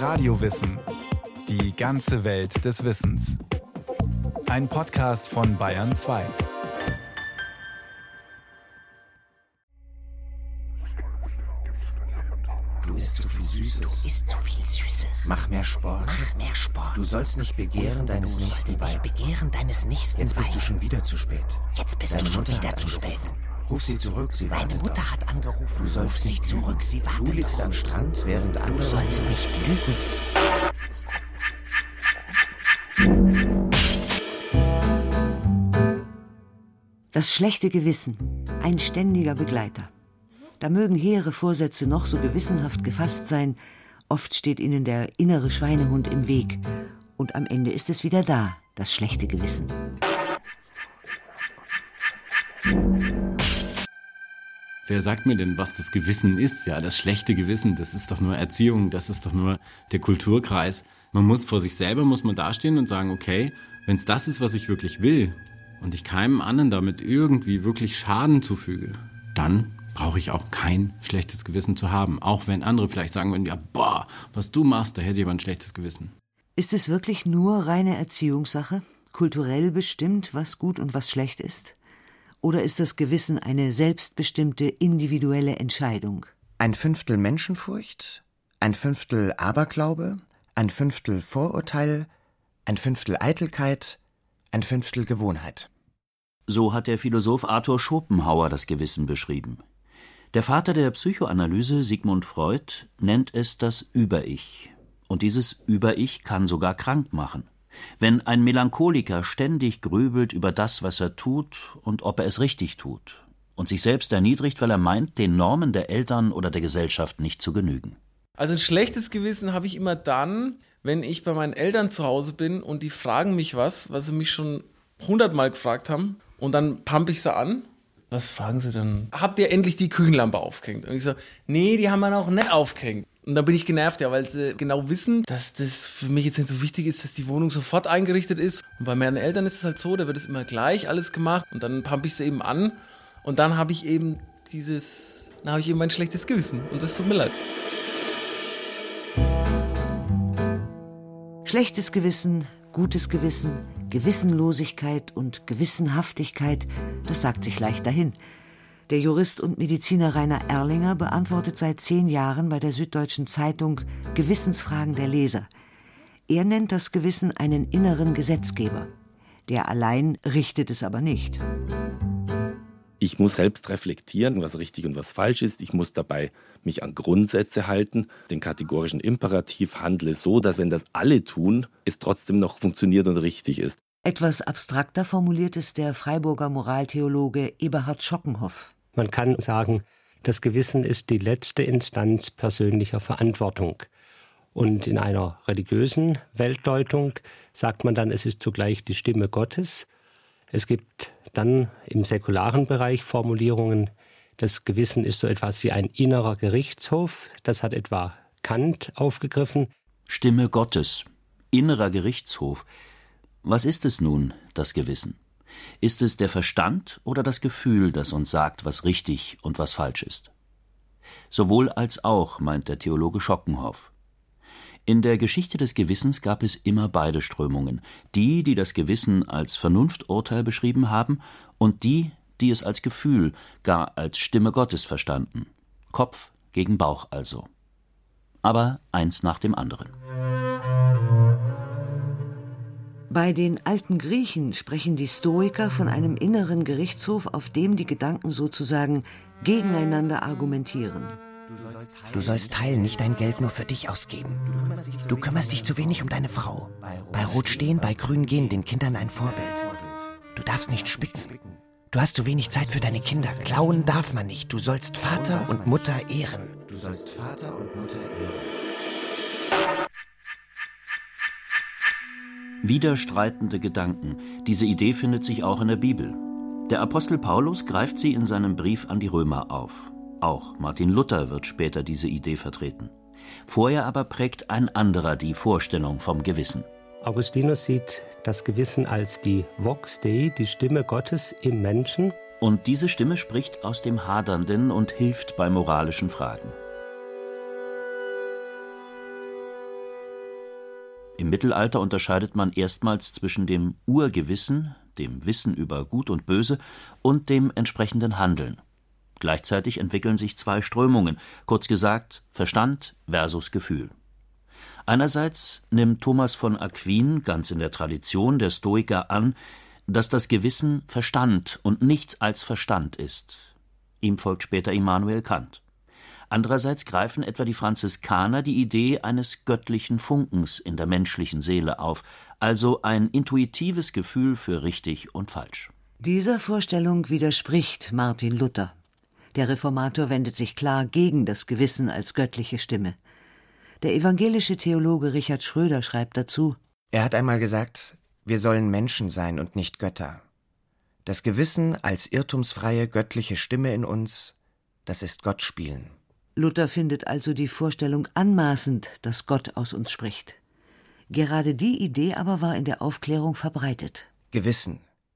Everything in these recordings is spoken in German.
Radiowissen. Die ganze Welt des Wissens. Ein Podcast von Bayern 2. Du isst zu viel Süßes. Mach mehr Sport. Du sollst nicht begehren deines nächsten Weib. Jetzt bist du schon wieder zu spät. Ruf sie zurück, sie wartet. Deine Mutter hat angerufen. Du sollst Ruf sie zurück, sie wartet. Du liegst am Strand, während andere... Du sollst nicht lügen. Das schlechte Gewissen, ein ständiger Begleiter. Da mögen hehre Vorsätze noch so gewissenhaft gefasst sein, oft steht ihnen der innere Schweinehund im Weg. Und am Ende ist es wieder da, das schlechte Gewissen. Wer sagt mir denn, was das Gewissen ist? Ja, das schlechte Gewissen, das ist doch nur Erziehung, das ist doch nur der Kulturkreis. Man muss vor sich selber dastehen und sagen, okay, wenn es das ist, was ich wirklich will und ich keinem anderen damit irgendwie wirklich Schaden zufüge, dann brauche ich auch kein schlechtes Gewissen zu haben. Auch wenn andere vielleicht sagen würden, ja, boah, was du machst, da hätte jemand ein schlechtes Gewissen. Ist es wirklich nur reine Erziehungssache, kulturell bestimmt, was gut und was schlecht ist? Oder ist das Gewissen eine selbstbestimmte, individuelle Entscheidung? 1/5 Menschenfurcht, 1/5 Aberglaube, 1/5 Vorurteil, 1/5 Eitelkeit, 1/5 Gewohnheit. So hat der Philosoph Arthur Schopenhauer das Gewissen beschrieben. Der Vater der Psychoanalyse, Sigmund Freud, nennt es das Über-Ich. Und dieses Über-Ich kann sogar krank machen. Wenn ein Melancholiker ständig grübelt über das, was er tut und ob er es richtig tut und sich selbst erniedrigt, weil er meint, den Normen der Eltern oder der Gesellschaft nicht zu genügen. Also ein schlechtes Gewissen habe ich immer dann, wenn ich bei meinen Eltern zu Hause bin und die fragen mich was sie mich schon 100-mal gefragt haben und dann pump ich sie an. Was fragen sie dann? Habt ihr endlich die Küchenlampe aufgehängt? Und ich so, nee, die haben wir noch nicht aufgehängt. Und dann bin ich genervt, ja, weil sie genau wissen, dass das für mich jetzt nicht so wichtig ist, dass die Wohnung sofort eingerichtet ist. Und bei meinen Eltern ist es halt so, da wird es immer gleich alles gemacht und dann pump ich sie eben an und dann habe ich eben mein schlechtes Gewissen und das tut mir leid. Schlechtes Gewissen, gutes Gewissen, Gewissenlosigkeit und Gewissenhaftigkeit, das sagt sich leicht dahin. Der Jurist und Mediziner Rainer Erlinger beantwortet seit 10 Jahren bei der Süddeutschen Zeitung Gewissensfragen der Leser. Er nennt das Gewissen einen inneren Gesetzgeber. Der allein richtet es aber nicht. Ich muss selbst reflektieren, was richtig und was falsch ist. Ich muss dabei mich an Grundsätze halten, den kategorischen Imperativ, handle so, dass, wenn das alle tun, es trotzdem noch funktioniert und richtig ist. Etwas abstrakter formuliert es der Freiburger Moraltheologe Eberhard Schockenhoff. Man kann sagen, das Gewissen ist die letzte Instanz persönlicher Verantwortung. Und in einer religiösen Weltdeutung sagt man dann, es ist zugleich die Stimme Gottes. Es gibt dann im säkularen Bereich Formulierungen, das Gewissen ist so etwas wie ein innerer Gerichtshof. Das hat etwa Kant aufgegriffen. Stimme Gottes, innerer Gerichtshof. Was ist es nun, das Gewissen? Ist es der Verstand oder das Gefühl, das uns sagt, was richtig und was falsch ist? Sowohl als auch, meint der Theologe Schockenhoff. In der Geschichte des Gewissens gab es immer beide Strömungen, die das Gewissen als Vernunfturteil beschrieben haben und die es als Gefühl, gar als Stimme Gottes verstanden. Kopf gegen Bauch also. Aber eins nach dem anderen. Bei den alten Griechen sprechen die Stoiker von einem inneren Gerichtshof, auf dem die Gedanken sozusagen gegeneinander argumentieren. Du sollst teilen, nicht dein Geld nur für dich ausgeben. Du kümmerst dich zu wenig um deine Frau. Bei Rot stehen, bei Grün gehen, den Kindern ein Vorbild. Du darfst nicht spicken. Du hast zu wenig Zeit für deine Kinder. Klauen darf man nicht. Du sollst Vater und Mutter ehren. Widerstreitende Gedanken. Diese Idee findet sich auch in der Bibel. Der Apostel Paulus greift sie in seinem Brief an die Römer auf. Auch Martin Luther wird später diese Idee vertreten. Vorher aber prägt ein anderer die Vorstellung vom Gewissen. Augustinus sieht das Gewissen als die Vox Dei, die Stimme Gottes im Menschen. Und diese Stimme spricht aus dem Hadernden und hilft bei moralischen Fragen. Im Mittelalter unterscheidet man erstmals zwischen dem Urgewissen, dem Wissen über Gut und Böse, und dem entsprechenden Handeln. Gleichzeitig entwickeln sich zwei Strömungen, kurz gesagt Verstand versus Gefühl. Einerseits nimmt Thomas von Aquin ganz in der Tradition der Stoiker an, dass das Gewissen Verstand und nichts als Verstand ist. Ihm folgt später Immanuel Kant. Andererseits greifen etwa die Franziskaner die Idee eines göttlichen Funkens in der menschlichen Seele auf, also ein intuitives Gefühl für richtig und falsch. Dieser Vorstellung widerspricht Martin Luther. Der Reformator wendet sich klar gegen das Gewissen als göttliche Stimme. Der evangelische Theologe Richard Schröder schreibt dazu: Er hat einmal gesagt, wir sollen Menschen sein und nicht Götter. Das Gewissen als irrtumsfreie göttliche Stimme in uns, das ist Gott spielen. Luther findet also die Vorstellung anmaßend, dass Gott aus uns spricht. Gerade die Idee aber war in der Aufklärung verbreitet. Gewissen,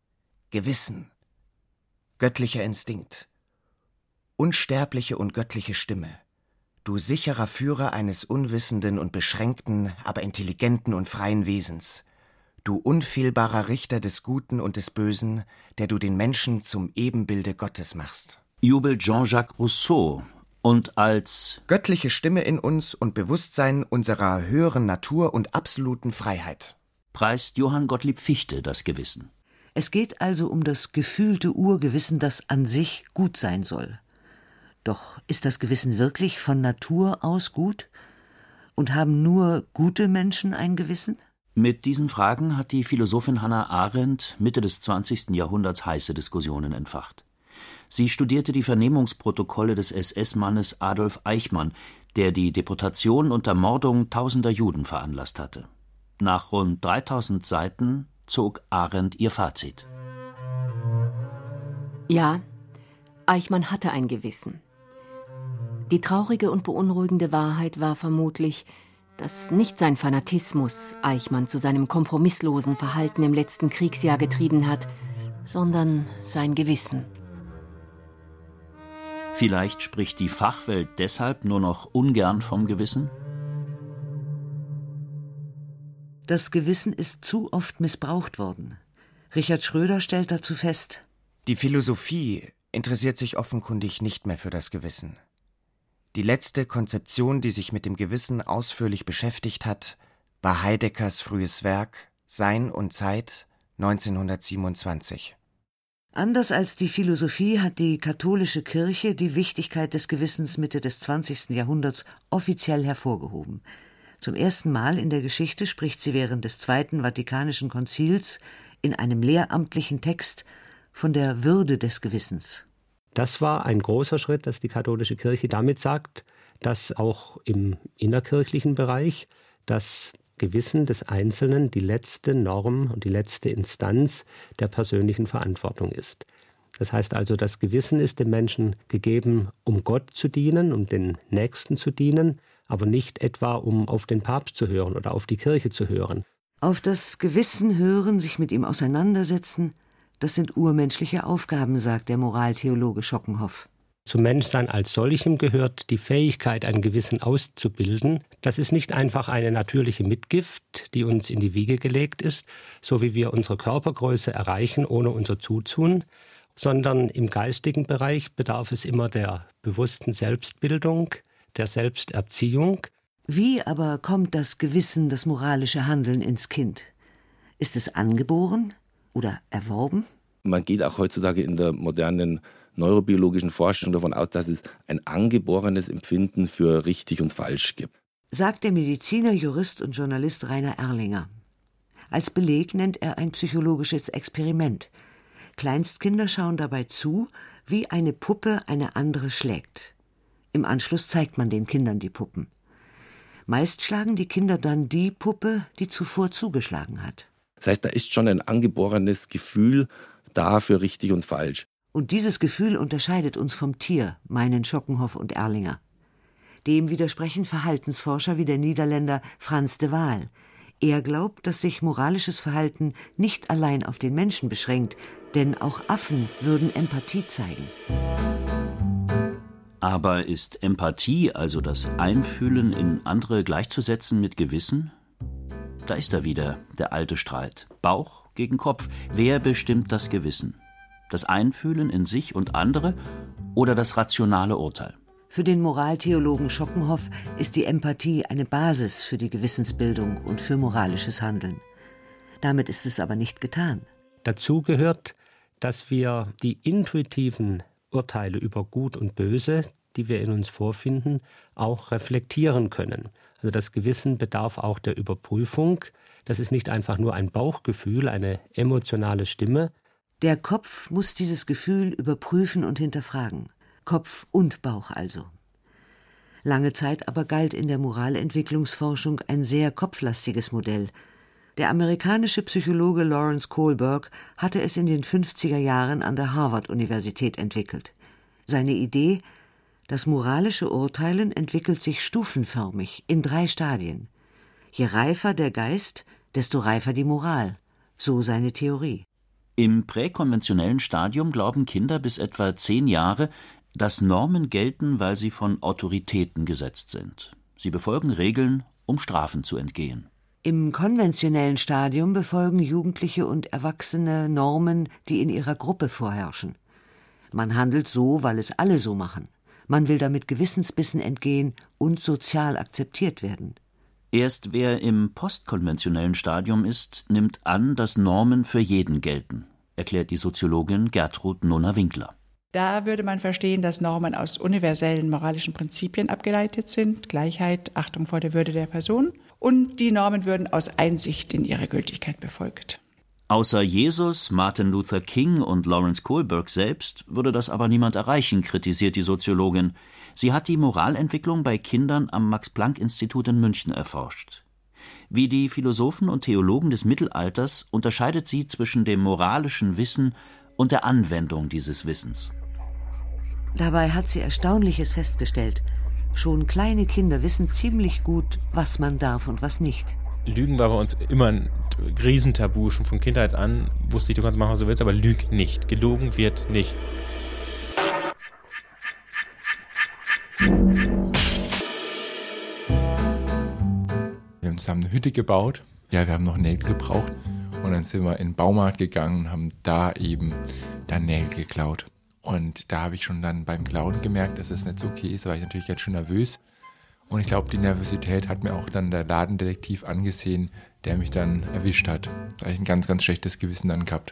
göttlicher Instinkt, unsterbliche und göttliche Stimme, du sicherer Führer eines unwissenden und beschränkten, aber intelligenten und freien Wesens, du unfehlbarer Richter des Guten und des Bösen, der du den Menschen zum Ebenbilde Gottes machst. Jubelt Jean-Jacques Rousseau und als göttliche Stimme in uns und Bewusstsein unserer höheren Natur und absoluten Freiheit preist Johann Gottlieb Fichte das Gewissen. Es geht also um das gefühlte Urgewissen, das an sich gut sein soll. Doch ist das Gewissen wirklich von Natur aus gut? Und haben nur gute Menschen ein Gewissen? Mit diesen Fragen hat die Philosophin Hannah Arendt Mitte des 20. Jahrhunderts heiße Diskussionen entfacht. Sie studierte die Vernehmungsprotokolle des SS-Mannes Adolf Eichmann, der die Deportation und Ermordung tausender Juden veranlasst hatte. Nach rund 3000 Seiten zog Arendt ihr Fazit. Ja, Eichmann hatte ein Gewissen. Die traurige und beunruhigende Wahrheit war vermutlich, dass nicht sein Fanatismus Eichmann zu seinem kompromisslosen Verhalten im letzten Kriegsjahr getrieben hat, sondern sein Gewissen. Vielleicht spricht die Fachwelt deshalb nur noch ungern vom Gewissen? Das Gewissen ist zu oft missbraucht worden. Richard Schröder stellt dazu fest: Die Philosophie interessiert sich offenkundig nicht mehr für das Gewissen. Die letzte Konzeption, die sich mit dem Gewissen ausführlich beschäftigt hat, war Heideggers frühes Werk Sein und Zeit 1927. Anders als die Philosophie hat die katholische Kirche die Wichtigkeit des Gewissens Mitte des 20. Jahrhunderts offiziell hervorgehoben. Zum ersten Mal in der Geschichte spricht sie während des Zweiten Vatikanischen Konzils in einem lehramtlichen Text von der Würde des Gewissens. Das war ein großer Schritt, dass die katholische Kirche damit sagt, dass auch im innerkirchlichen Bereich das Gewissen des Einzelnen die letzte Norm und die letzte Instanz der persönlichen Verantwortung ist. Das heißt also, das Gewissen ist dem Menschen gegeben, um Gott zu dienen, um den Nächsten zu dienen, aber nicht etwa, um auf den Papst zu hören oder auf die Kirche zu hören. Auf das Gewissen hören, sich mit ihm auseinandersetzen, das sind urmenschliche Aufgaben, sagt der Moraltheologe Schockenhoff. Zum Menschsein als solchem gehört die Fähigkeit, ein Gewissen auszubilden. Das ist nicht einfach eine natürliche Mitgift, die uns in die Wiege gelegt ist, so wie wir unsere Körpergröße erreichen ohne unser Zutun, sondern im geistigen Bereich bedarf es immer der bewussten Selbstbildung, der Selbsterziehung. Wie aber kommt das Gewissen, das moralische Handeln ins Kind? Ist es angeboren oder erworben? Man geht auch heutzutage in der modernen neurobiologischen Forschung davon aus, dass es ein angeborenes Empfinden für richtig und falsch gibt. Sagt der Mediziner, Jurist und Journalist Rainer Erlinger. Als Beleg nennt er ein psychologisches Experiment. Kleinstkinder schauen dabei zu, wie eine Puppe eine andere schlägt. Im Anschluss zeigt man den Kindern die Puppen. Meist schlagen die Kinder dann die Puppe, die zuvor zugeschlagen hat. Das heißt, da ist schon ein angeborenes Gefühl da für richtig und falsch. Und dieses Gefühl unterscheidet uns vom Tier, meinen Schockenhoff und Erlinger. Dem widersprechen Verhaltensforscher wie der Niederländer Frans de Waal. Er glaubt, dass sich moralisches Verhalten nicht allein auf den Menschen beschränkt, denn auch Affen würden Empathie zeigen. Aber ist Empathie, also das Einfühlen in andere, gleichzusetzen mit Gewissen? Da ist er wieder, der alte Streit. Bauch gegen Kopf. Wer bestimmt das Gewissen? Das Einfühlen in sich und andere oder das rationale Urteil? Für den Moraltheologen Schockenhoff ist die Empathie eine Basis für die Gewissensbildung und für moralisches Handeln. Damit ist es aber nicht getan. Dazu gehört, dass wir die intuitiven Urteile über Gut und Böse, die wir in uns vorfinden, auch reflektieren können. Also das Gewissen bedarf auch der Überprüfung. Das ist nicht einfach nur ein Bauchgefühl, eine emotionale Stimme. Der Kopf muss dieses Gefühl überprüfen und hinterfragen. Kopf und Bauch also. Lange Zeit aber galt in der Moralentwicklungsforschung ein sehr kopflastiges Modell. Der amerikanische Psychologe Lawrence Kohlberg hatte es in den 50er Jahren an der Harvard-Universität entwickelt. Seine Idee: Das moralische Urteilen entwickelt sich stufenförmig in 3 Stadien. Je reifer der Geist, desto reifer die Moral. So seine Theorie. Im präkonventionellen Stadium glauben Kinder bis etwa 10 Jahre, dass Normen gelten, weil sie von Autoritäten gesetzt sind. Sie befolgen Regeln, um Strafen zu entgehen. Im konventionellen Stadium befolgen Jugendliche und Erwachsene Normen, die in ihrer Gruppe vorherrschen. Man handelt so, weil es alle so machen. Man will damit Gewissensbissen entgehen und sozial akzeptiert werden. Erst wer im postkonventionellen Stadium ist, nimmt an, dass Normen für jeden gelten, erklärt die Soziologin Gertrud Nunner-Winkler. Da würde man verstehen, dass Normen aus universellen moralischen Prinzipien abgeleitet sind, Gleichheit, Achtung vor der Würde der Person, und die Normen würden aus Einsicht in ihre Gültigkeit befolgt. Außer Jesus, Martin Luther King und Lawrence Kohlberg selbst würde das aber niemand erreichen, kritisiert die Soziologin. Sie hat die Moralentwicklung bei Kindern am Max-Planck-Institut in München erforscht. Wie die Philosophen und Theologen des Mittelalters unterscheidet sie zwischen dem moralischen Wissen und der Anwendung dieses Wissens. Dabei hat sie Erstaunliches festgestellt. Schon kleine Kinder wissen ziemlich gut, was man darf und was nicht. Lügen war bei uns immer ein Riesentabu. Schon von Kindheit an wusste ich, du kannst machen, was du willst, aber lüg nicht. Gelogen wird nicht. Wir haben zusammen eine Hütte gebaut. Ja, wir haben noch Nägel gebraucht. Und dann sind wir in den Baumarkt gegangen und haben da eben dann Nägel geklaut. Und da habe ich schon dann beim Klauen gemerkt, dass es nicht so okay ist. Da war ich natürlich ganz schön nervös. Und ich glaube, die Nervosität hat mir auch dann der Ladendetektiv angesehen, der mich dann erwischt hat. Da habe ich ein ganz, ganz schlechtes Gewissen dann gehabt.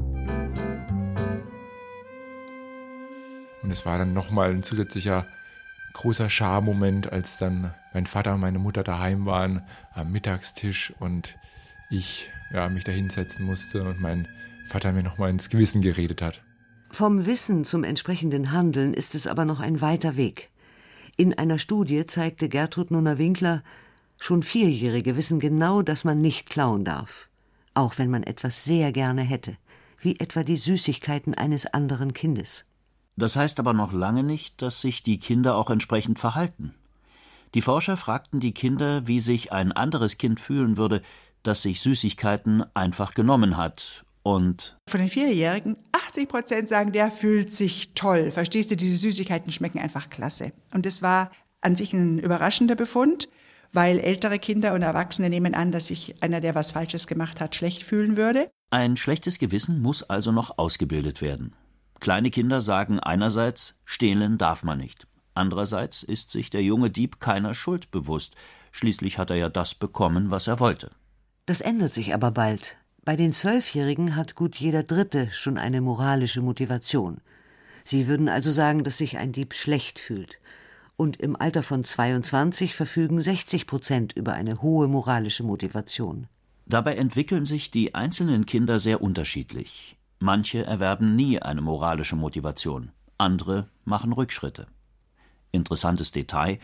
Und es war dann nochmal ein zusätzlicher großer Schammoment, als dann mein Vater und meine Mutter daheim waren am Mittagstisch und ich mich da hinsetzen musste und mein Vater mir nochmal ins Gewissen geredet hat. Vom Wissen zum entsprechenden Handeln ist es aber noch ein weiter Weg. In einer Studie zeigte Gertrud Nunner-Winkler, schon 4-Jährige wissen genau, dass man nicht klauen darf. Auch wenn man etwas sehr gerne hätte, wie etwa die Süßigkeiten eines anderen Kindes. Das heißt aber noch lange nicht, dass sich die Kinder auch entsprechend verhalten. Die Forscher fragten die Kinder, wie sich ein anderes Kind fühlen würde, das sich Süßigkeiten einfach genommen hat. Und von den 4-Jährigen, 80% sagen, der fühlt sich toll. Verstehst du, diese Süßigkeiten schmecken einfach klasse. Und es war an sich ein überraschender Befund, weil ältere Kinder und Erwachsene nehmen an, dass sich einer, der was Falsches gemacht hat, schlecht fühlen würde. Ein schlechtes Gewissen muss also noch ausgebildet werden. Kleine Kinder sagen einerseits, stehlen darf man nicht. Andererseits ist sich der junge Dieb keiner Schuld bewusst. Schließlich hat er ja das bekommen, was er wollte. Das ändert sich aber bald. Bei den 12-Jährigen hat gut jeder Dritte schon eine moralische Motivation. Sie würden also sagen, dass sich ein Dieb schlecht fühlt. Und im Alter von 22 verfügen 60% über eine hohe moralische Motivation. Dabei entwickeln sich die einzelnen Kinder sehr unterschiedlich. Manche erwerben nie eine moralische Motivation, andere machen Rückschritte. Interessantes Detail: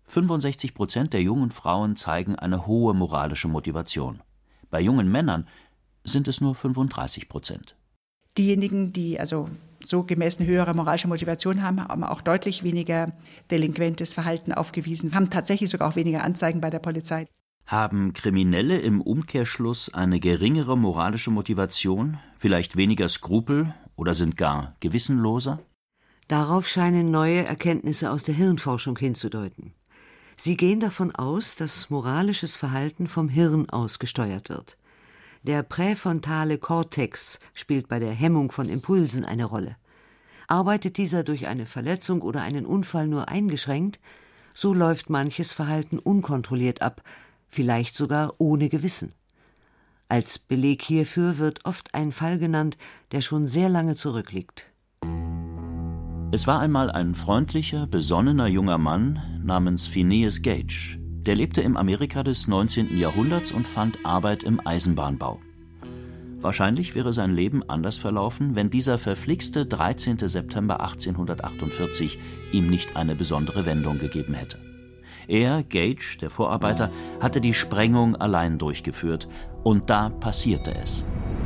65% der jungen Frauen zeigen eine hohe moralische Motivation. Bei jungen Männern sind es nur 35%. Diejenigen, die also so gemessen höhere moralische Motivation haben, haben auch deutlich weniger delinquentes Verhalten aufgewiesen, haben tatsächlich sogar auch weniger Anzeigen bei der Polizei. Haben Kriminelle im Umkehrschluss eine geringere moralische Motivation, vielleicht weniger Skrupel oder sind gar gewissenloser? Darauf scheinen neue Erkenntnisse aus der Hirnforschung hinzudeuten. Sie gehen davon aus, dass moralisches Verhalten vom Hirn aus gesteuert wird. Der präfrontale Kortex spielt bei der Hemmung von Impulsen eine Rolle. Arbeitet dieser durch eine Verletzung oder einen Unfall nur eingeschränkt, so läuft manches Verhalten unkontrolliert ab, vielleicht sogar ohne Gewissen. Als Beleg hierfür wird oft ein Fall genannt, der schon sehr lange zurückliegt. Es war einmal ein freundlicher, besonnener junger Mann namens Phineas Gage. Der lebte im Amerika des 19. Jahrhunderts und fand Arbeit im Eisenbahnbau. Wahrscheinlich wäre sein Leben anders verlaufen, wenn dieser verflixte 13. September 1848 ihm nicht eine besondere Wendung gegeben hätte. Er, Gage, der Vorarbeiter, hatte die Sprengung allein durchgeführt, und da passierte es.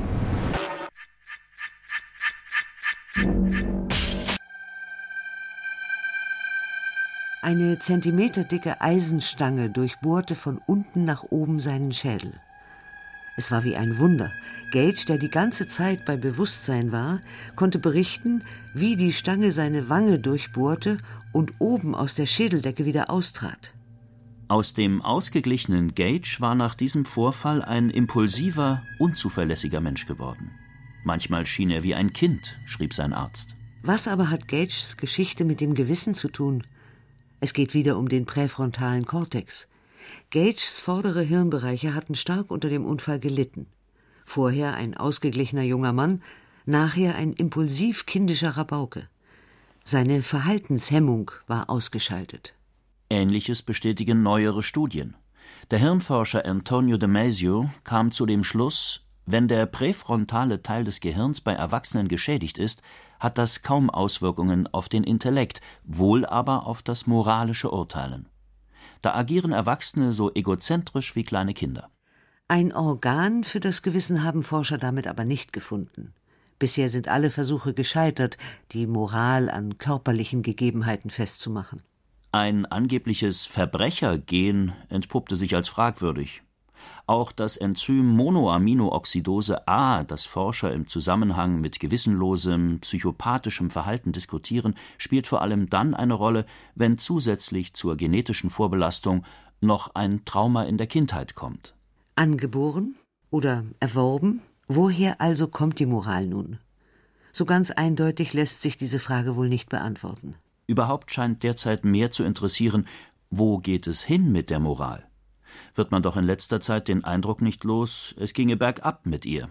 Eine zentimeterdicke Eisenstange durchbohrte von unten nach oben seinen Schädel. Es war wie ein Wunder. Gage, der die ganze Zeit bei Bewusstsein war, konnte berichten, wie die Stange seine Wange durchbohrte und oben aus der Schädeldecke wieder austrat. Aus dem ausgeglichenen Gage war nach diesem Vorfall ein impulsiver, unzuverlässiger Mensch geworden. Manchmal schien er wie ein Kind, schrieb sein Arzt. Was aber hat Gages Geschichte mit dem Gewissen zu tun? Es geht wieder um den präfrontalen Kortex. Gages vordere Hirnbereiche hatten stark unter dem Unfall gelitten. Vorher ein ausgeglichener junger Mann, nachher ein impulsiv kindischer Rabauke. Seine Verhaltenshemmung war ausgeschaltet. Ähnliches bestätigen neuere Studien. Der Hirnforscher Antonio Damasio kam zu dem Schluss, wenn der präfrontale Teil des Gehirns bei Erwachsenen geschädigt ist, hat das kaum Auswirkungen auf den Intellekt, wohl aber auf das moralische Urteilen. Da agieren Erwachsene so egozentrisch wie kleine Kinder. Ein Organ für das Gewissen haben Forscher damit aber nicht gefunden. Bisher sind alle Versuche gescheitert, die Moral an körperlichen Gegebenheiten festzumachen. Ein angebliches Verbrechergen entpuppte sich als fragwürdig. Auch das Enzym Monoaminooxidose A, das Forscher im Zusammenhang mit gewissenlosem, psychopathischem Verhalten diskutieren, spielt vor allem dann eine Rolle, wenn zusätzlich zur genetischen Vorbelastung noch ein Trauma in der Kindheit kommt. Angeboren oder erworben? Woher also kommt die Moral nun? So ganz eindeutig lässt sich diese Frage wohl nicht beantworten. Überhaupt scheint derzeit mehr zu interessieren, wo geht es hin mit der Moral? Wird man doch in letzter Zeit den Eindruck nicht los, es ginge bergab mit ihr.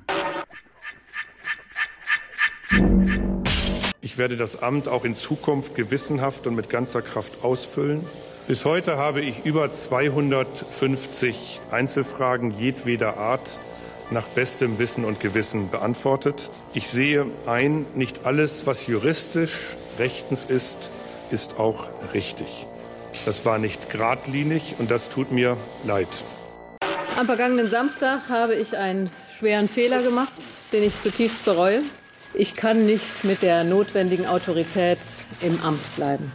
Ich werde das Amt auch in Zukunft gewissenhaft und mit ganzer Kraft ausfüllen. Bis heute habe ich über 250 Einzelfragen jedweder Art nach bestem Wissen und Gewissen beantwortet. Ich sehe ein, nicht alles, was juristisch rechtens ist, ist auch richtig. Das war nicht geradlinig und das tut mir leid. Am vergangenen Samstag habe ich einen schweren Fehler gemacht, den ich zutiefst bereue. Ich kann nicht mit der notwendigen Autorität im Amt bleiben.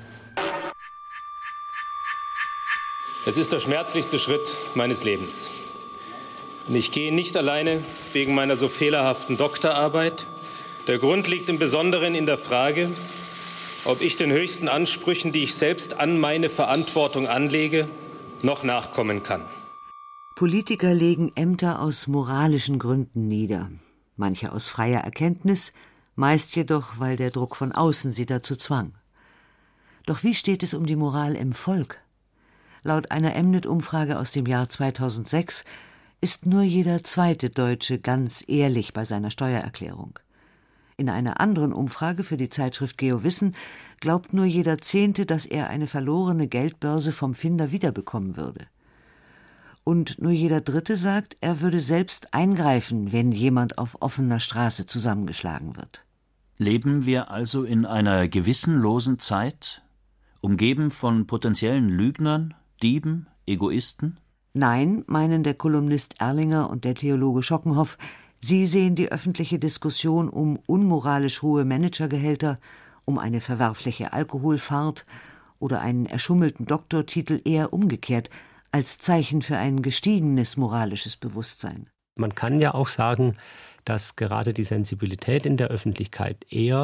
Es ist der schmerzlichste Schritt meines Lebens. Und ich gehe nicht alleine wegen meiner so fehlerhaften Doktorarbeit. Der Grund liegt im Besonderen in der Frage, ob ich den höchsten Ansprüchen, die ich selbst an meine Verantwortung anlege, noch nachkommen kann. Politiker legen Ämter aus moralischen Gründen nieder. Manche aus freier Erkenntnis, meist jedoch, weil der Druck von außen sie dazu zwang. Doch wie steht es um die Moral im Volk? Laut einer Mnet-Umfrage aus dem Jahr 2006 ist nur jeder zweite Deutsche ganz ehrlich bei seiner Steuererklärung. In einer anderen Umfrage für die Zeitschrift GeoWissen glaubt nur jeder Zehnte, dass er eine verlorene Geldbörse vom Finder wiederbekommen würde. Und nur jeder Dritte sagt, er würde selbst eingreifen, wenn jemand auf offener Straße zusammengeschlagen wird. Leben wir also in einer gewissenlosen Zeit, umgeben von potenziellen Lügnern, Dieben, Egoisten? Nein, meinen der Kolumnist Erlinger und der Theologe Schockenhoff, sie sehen die öffentliche Diskussion um unmoralisch hohe Managergehälter, um eine verwerfliche Alkoholfahrt oder einen erschummelten Doktortitel eher umgekehrt, als Zeichen für ein gestiegenes moralisches Bewusstsein. Man kann ja auch sagen, dass gerade die Sensibilität in der Öffentlichkeit eher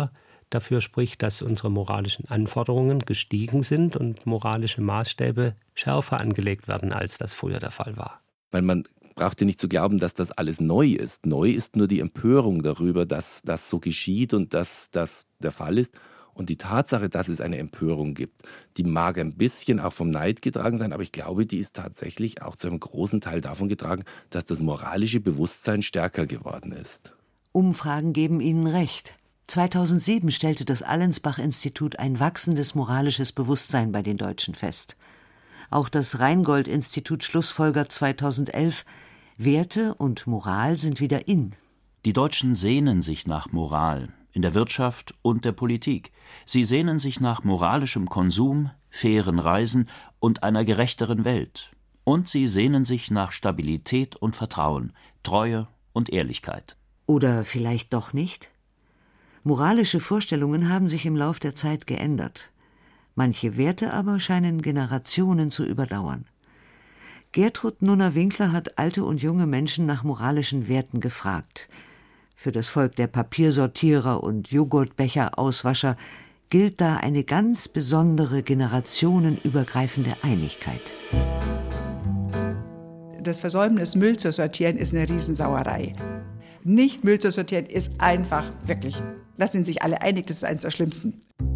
dafür spricht, dass unsere moralischen Anforderungen gestiegen sind und moralische Maßstäbe schärfer angelegt werden, als das früher der Fall war. Weil man braucht ja nicht zu glauben, dass das alles neu ist. Neu ist nur die Empörung darüber, dass das so geschieht und dass das der Fall ist. Und die Tatsache, dass es eine Empörung gibt, die mag ein bisschen auch vom Neid getragen sein, aber ich glaube, die ist tatsächlich auch zu einem großen Teil davon getragen, dass das moralische Bewusstsein stärker geworden ist. Umfragen geben Ihnen recht. 2007 stellte das Allensbach-Institut ein wachsendes moralisches Bewusstsein bei den Deutschen fest. Auch das Rheingold-Institut schlussfolgert 2011, Werte und Moral sind wieder in. Die Deutschen sehnen sich nach Moral. In der Wirtschaft und der Politik. Sie sehnen sich nach moralischem Konsum, fairen Reisen und einer gerechteren Welt. Und sie sehnen sich nach Stabilität und Vertrauen, Treue und Ehrlichkeit. Oder vielleicht doch nicht? Moralische Vorstellungen haben sich im Lauf der Zeit geändert. Manche Werte aber scheinen Generationen zu überdauern. Gertrud Nunner-Winkler hat alte und junge Menschen nach moralischen Werten gefragt. Für das Volk der Papiersortierer und Joghurtbecher-Auswascher gilt da eine ganz besondere generationenübergreifende Einigkeit. Das Versäumnis, Müll zu sortieren, ist eine Riesensauerei. Nicht Müll zu sortieren ist einfach, wirklich, da sind sich alle einig, das ist eines der Schlimmsten.